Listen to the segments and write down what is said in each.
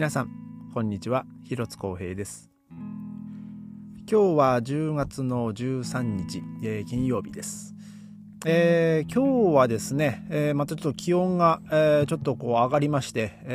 皆さんこんにちは、広津光平です。今日は10月の13日、金曜日です。今日はですね、またちょっと気温が、ちょっとこう上がりまして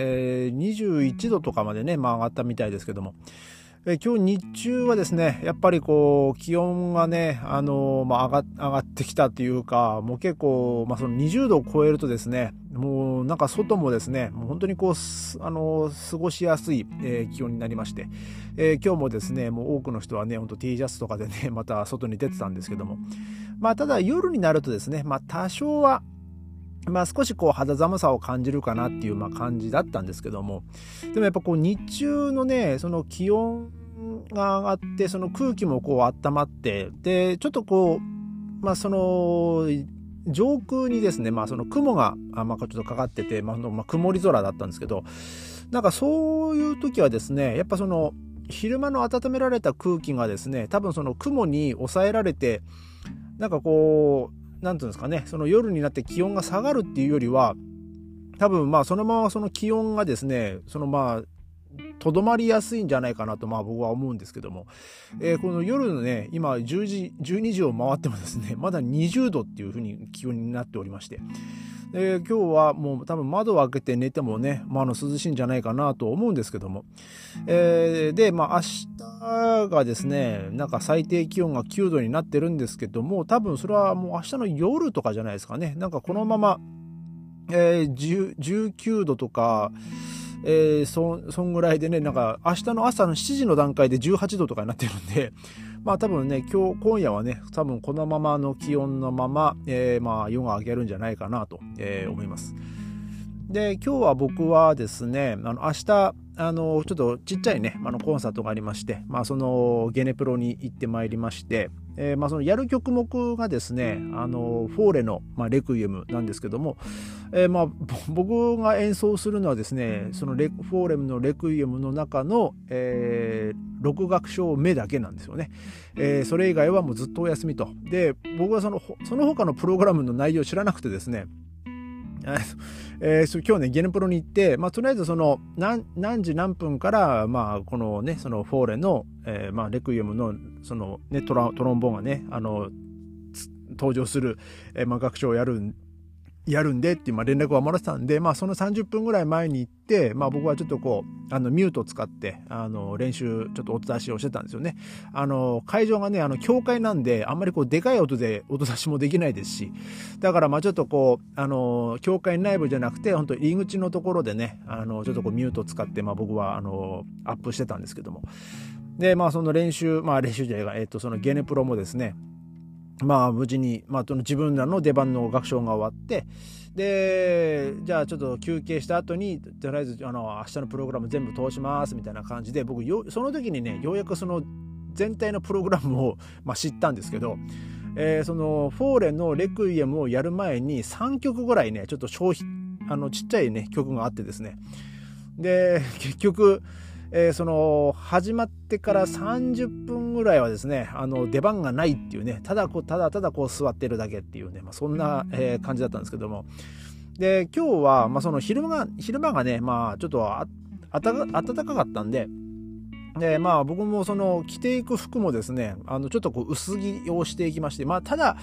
、21度とかまでね、上がったみたいですけども、今日日中はですね、やっぱりこう気温がね、上がってきたというか、もう結構、その20度を超えるとですね、もうなんか外もですね、もう本当にこう過ごしやすい、気温になりまして、今日もですね、もう多くの人はね、本当 T シャツとかでね、また外に出てたんですけども、ただ夜になるとですね、多少は少しこう肌寒さを感じるかなっていう感じだったんですけども、でもやっぱこう日中のね、その気温が上がって、その空気もこう温まって、でちょっとこうその上空にですね、その雲がちょっとかかってて、曇り空だったんですけど、なんかそういう時はですね、やっぱその昼間の温められた空気がですね、多分その雲に抑えられて、なんかこうなんていうんですかね、その夜になって気温が下がるっていうよりは、多分そのままその気温がですね、そのとどまりやすいんじゃないかなと僕は思うんですけども、この夜のね、今10時12時を回ってもですね、まだ20度っていう風に気温になっておりまして、今日はもう多分窓を開けて寝てもね、涼しいんじゃないかなと思うんですけども、で明日がですね、なんか最低気温が9度になってるんですけども、多分それはもう明日の夜とかじゃないですかね。なんかこのまま、19度とか、そんぐらいでね、なんか明日の朝の7時の段階で18度とかになってるんで、多分ね、今夜はね、多分このままの気温のまま、夜が明けるんじゃないかなと、思います。で、今日は僕はですね、明日ちょっとちっちゃいね、コンサートがありまして、そのゲネプロに行ってまいりまして、そのやる曲目がですね、フォーレの、レクイエムなんですけども、僕が演奏するのはですね、そのフォーレムのレクイエムの中の、6楽章目だけなんですよね。それ以外はもうずっとお休みと。で、僕はその他のプログラムの内容を知らなくてですね、今日ねゲネプロに行って、とりあえずその何時何分からこのねそのフォーレの、レクイエムのそのねトロンボーンがね登場する、楽章をやるんでっていう連絡をもらってたんで、その30分ぐらい前に行って、僕はちょっとこうミュートを使って練習ちょっと音出しをしてたんですよね。会場がね教会なんで、あんまりこうでかい音で音出しもできないですし、だからちょっとこう教会内部じゃなくて本当入り口のところでねちょっとこうミュートを使って、僕はアップしてたんですけども、でその練習じゃないか、そのゲネプロもですね、無事に、自分らの出番の楽章が終わって、でじゃあちょっと休憩した後にとりあえず明日のプログラム全部通しますみたいな感じで、僕その時にねようやくその全体のプログラムを、知ったんですけど、そのフォーレのレクイエムをやる前に3曲ぐらいねちょっとちっちゃいね曲があってですね、で結局その始まってから30分ぐらいはですね出番がないっていうね、ただこう座ってるだけっていうね、そんな、感じだったんですけども、で今日は、その昼間がねちょっと暖かかったんで、僕もその着ていく服もですねちょっとこう薄着をしていきまして、ただ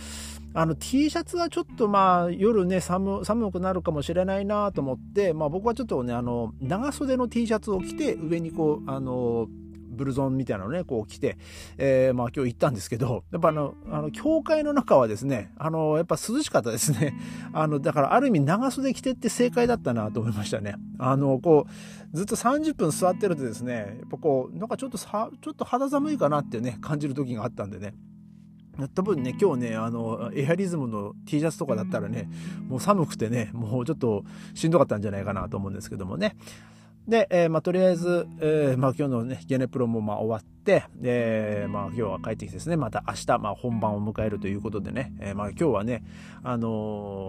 T シャツはちょっと夜ね寒くなるかもしれないなと思って、僕はちょっとね長袖の T シャツを着て、上にこうブルゾンみたいなのねこう着て、今日行ったんですけど、やっぱ教会の中はですねやっぱ涼しかったですね。だからある意味長袖着てって正解だったなと思いましたね。こうずっと30分座ってるとですね、やっぱこうなんかちょっと肌寒いかなってね感じる時があったんでね、多分ね今日ねエアリズムの T シャツとかだったらねもう寒くてねもうちょっとしんどかったんじゃないかなと思うんですけどもね。で、とりあえず、今日のねゲネプロも終わって、今日は帰ってきてですね、また明日、本番を迎えるということでね、今日はね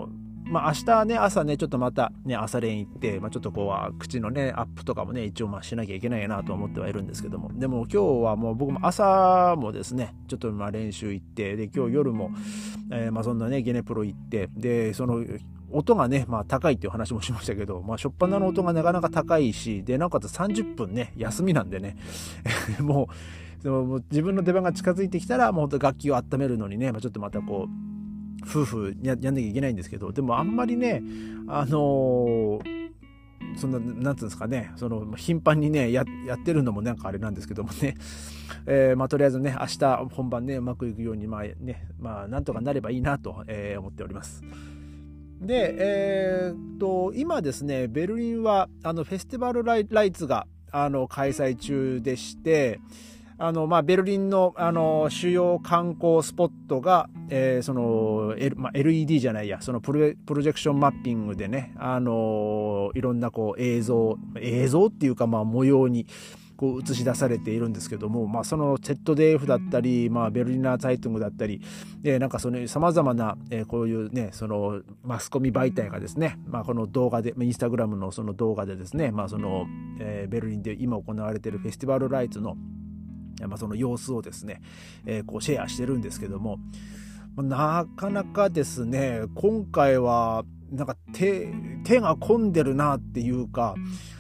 明日ね、朝ね、ちょっとまたね、朝練行って、ちょっとこう、口のね、アップとかもね、一応しなきゃいけないなと思ってはいるんですけども、でも今日はもう僕も朝もですね、ちょっと練習行って、で、今日夜も、そんなね、ゲネプロ行って、で、その、音がね、高いっていう話もしましたけど、初っ端の音がなかなか高いし、で、なおかつ30分ね、休みなんでね、もう自分の出番が近づいてきたら、もう本当楽器を温めるのにね、ちょっとまたこう、夫婦やんなきゃいけないんですけど、でもあんまりね、そんな、なんつうんですかね、その、頻繁にね、やってるのもなんかあれなんですけどもね、とりあえずね、明日本番ね、うまくいくように、なんとかなればいいなと、思っております。で、今ですね、ベルリンは、フェスティバルライツが、開催中でして、ベルリンの、主要観光スポットが、LED じゃないや、そのプロジェクションマッピングでね、いろんなこう映像っていうか、模様にこう映し出されているんですけども、その ZDF だったり、ベルリナー・ツァイトゥングだったり、なんかその様々な、こういうね、そのマスコミ媒体がですね、この動画で、インスタグラムのその動画でですね、ベルリンで今行われているフェスティバルライツのその様子をですね、こうシェアしてるんですけども、なかなかですね、今回はなんか手が込んでるなっていうか、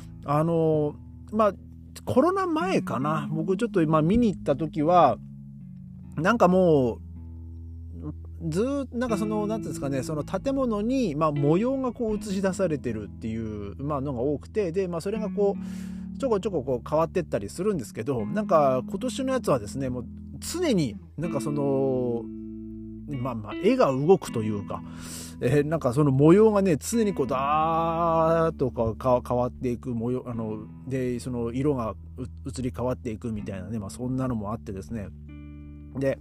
コロナ前かな、僕ちょっと見に行った時はなんかもうなんかそのなんていうんですかね、その建物に模様がこう映し出されてるっていうのが多くて、でそれがこうちょこちょここう変わってったりするんですけど、なんか今年のやつはですね、もう常になんかその絵が動くというか、なんかその模様がね、常にこうダーッと変わっていく模様、でその色が移り変わっていくみたいなね、そんなのもあってですね、で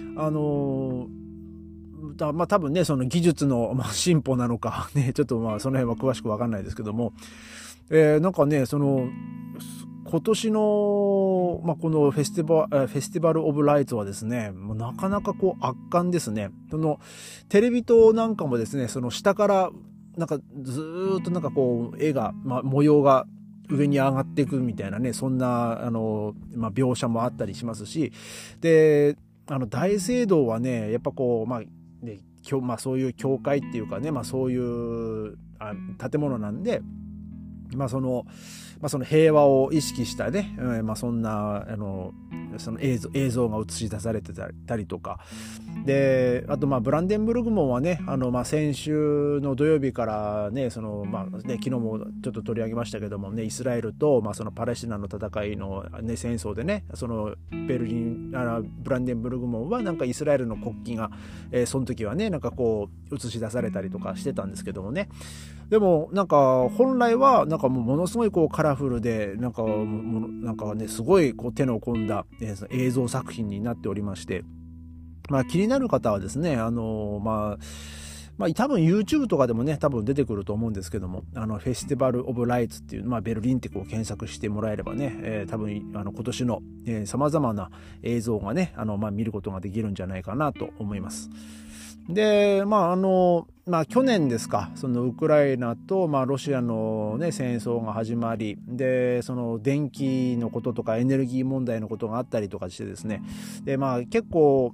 多分ね、その技術の進歩なのかね、ちょっとその辺は詳しく分かんないですけども、なんかね、その今年の、このフェスティバルオブライツはですね、もうなかなかこう圧巻ですね。そのテレビ塔なんかもですね、その下からなんかずーっとなんかこう絵が、模様が上に上がっていくみたいなね、そんな描写もあったりしますし、で大聖堂はね、やっぱこうそういう教会っていうかね、そういう建物なんで、その平和を意識したね、そんなその映像が映し出されてたりとかで、あとブランデンブルグ門はね、先週の土曜日からね、その昨日もちょっと取り上げましたけどもね、イスラエルとそのパレスチナの戦いのね、戦争でね、そのブランデンブルグ門はなんかイスラエルの国旗が、その時はね、なんかこう映し出されたりとかしてたんですけどもね、でもなんか本来はなんかものすごいこうカラフルでなんかね、すごいこう手の込んだ映像作品になっておりまして、気になる方はですね、多分 YouTube とかでもね、多分出てくると思うんですけども、フェスティバルオブライツっていう、ベルリンってこう検索してもらえればね、多分今年の様々な映像がね、見ることができるんじゃないかなと思います。で、去年ですか、そのウクライナと、ロシアのね、戦争が始まり、で、その電気のこととかエネルギー問題のことがあったりとかしてですね、で、結構、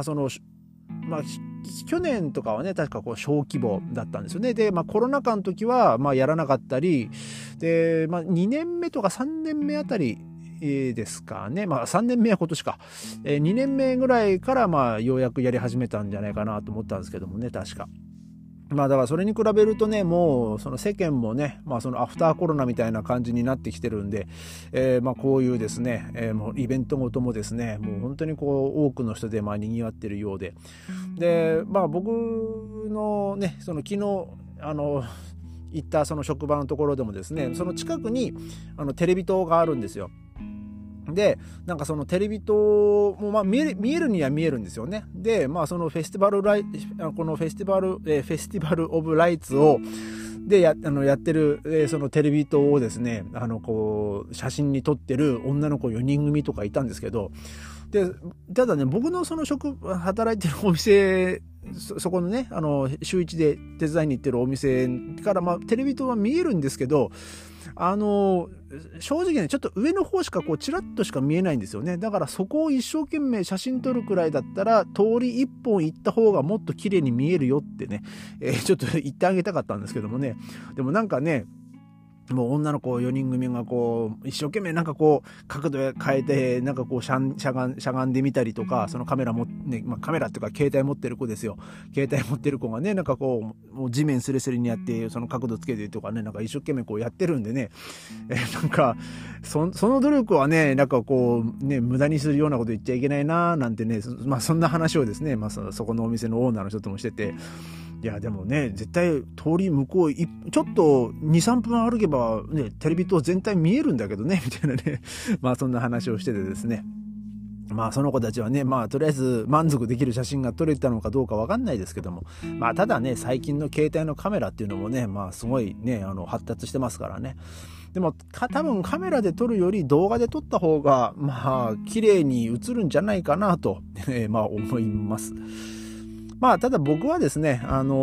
去年とかはね、確かこう小規模だったんですよね。で、コロナ禍の時は、やらなかったり、で、2年目とか3年目あたり、ですかね。3年目は今年か。2年目ぐらいからようやくやり始めたんじゃないかなと思ったんですけどもね、確か。だからそれに比べるとね、もうその世間もね、そのアフターコロナみたいな感じになってきてるんで、こういうですね、もうイベントごともですね、もう本当にこう多くの人で賑わってるようで、で、僕のね、その昨日行ったその職場のところでもですね、その近くにテレビ塔があるんですよ。で、なんかそのテレビ塔も見えるには見えるんですよね。で、そのフェスティバルオブライツをでやってる、そのテレビ塔をですね、こう写真に撮ってる女の子4人組とかいたんですけど、 で、ただね、僕のその働いてるお店、そこのね、週一で手伝いに行ってるお店から、テレビ塔は見えるんですけど、正直ね、ちょっと上の方しかチラッとしか見えないんですよね。だからそこを一生懸命写真撮るくらいだったら、通り一本行った方がもっと綺麗に見えるよってね、ちょっと言ってあげたかったんですけどもね。でもなんかね、もう女の子4人組が一生懸命角度変えて、しゃがんでみたりとか、そのカメラカメラっていうか携帯持ってる子ですよ。携帯持ってる子がね、もう地面スレスレにやって、その角度つけてとかね、一生懸命やってるんでね、その努力はね、無駄にするようなこと言っちゃいけないななんてね、そんな話をですね、そこのお店のオーナーの人ともしてて、いやでもね、絶対通り向こうちょっと 2,3 分歩けばね、テレビ塔全体見えるんだけどねみたいなねそんな話をしててですね、その子たちはね、とりあえず満足できる写真が撮れたのかどうかわかんないですけども、ただね、最近の携帯のカメラっていうのもね、すごいね、発達してますからね。でも多分カメラで撮るより動画で撮った方が綺麗に映るんじゃないかなと思います。ただ僕はですね、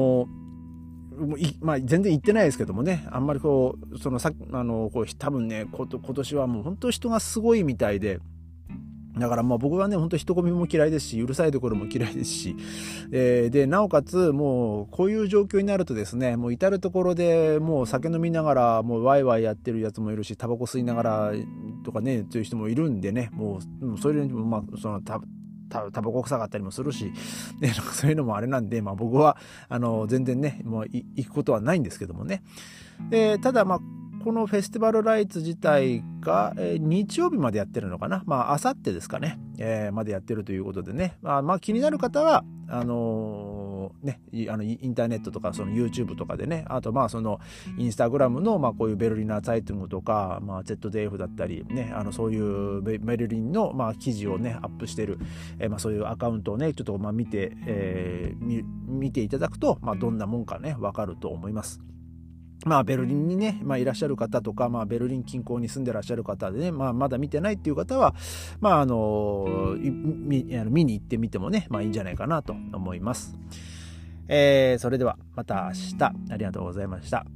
全然言ってないですけどもね、あんまり多分ね、今年はもう本当人がすごいみたいで、だから僕はね、本当人混みも嫌いですし、うるさいところも嫌いですし、で、なおかつ、もう、こういう状況になるとですね、もう至るところでもう酒飲みながら、もうワイワイやってるやつもいるし、タバコ吸いながらとかね、という人もいるんでね、もう、それにもタバコ臭かったりもするし、ね、そういうのもあれなんで、僕は全然ね、もう行くことはないんですけどもね。ただこのフェスティバルライツ自体が、日曜日までやってるのかな、明後日ですかね、までやってるということでね、気になる方はインターネットとかその YouTube とかでね、あとそのインスタグラムのこういうベルリナーツァイトゥングとか、ZDF だったりね、そういうベルリンの記事をねアップしてる、そういうアカウントをねちょっと見ていただくとどんなもんかねわかると思います。ベルリンにね、いらっしゃる方とか、ベルリン近郊に住んでらっしゃる方でね、まだ見てないっていう方は、見に行ってみてもね、いいんじゃないかなと思います。それではまた明日、ありがとうございました。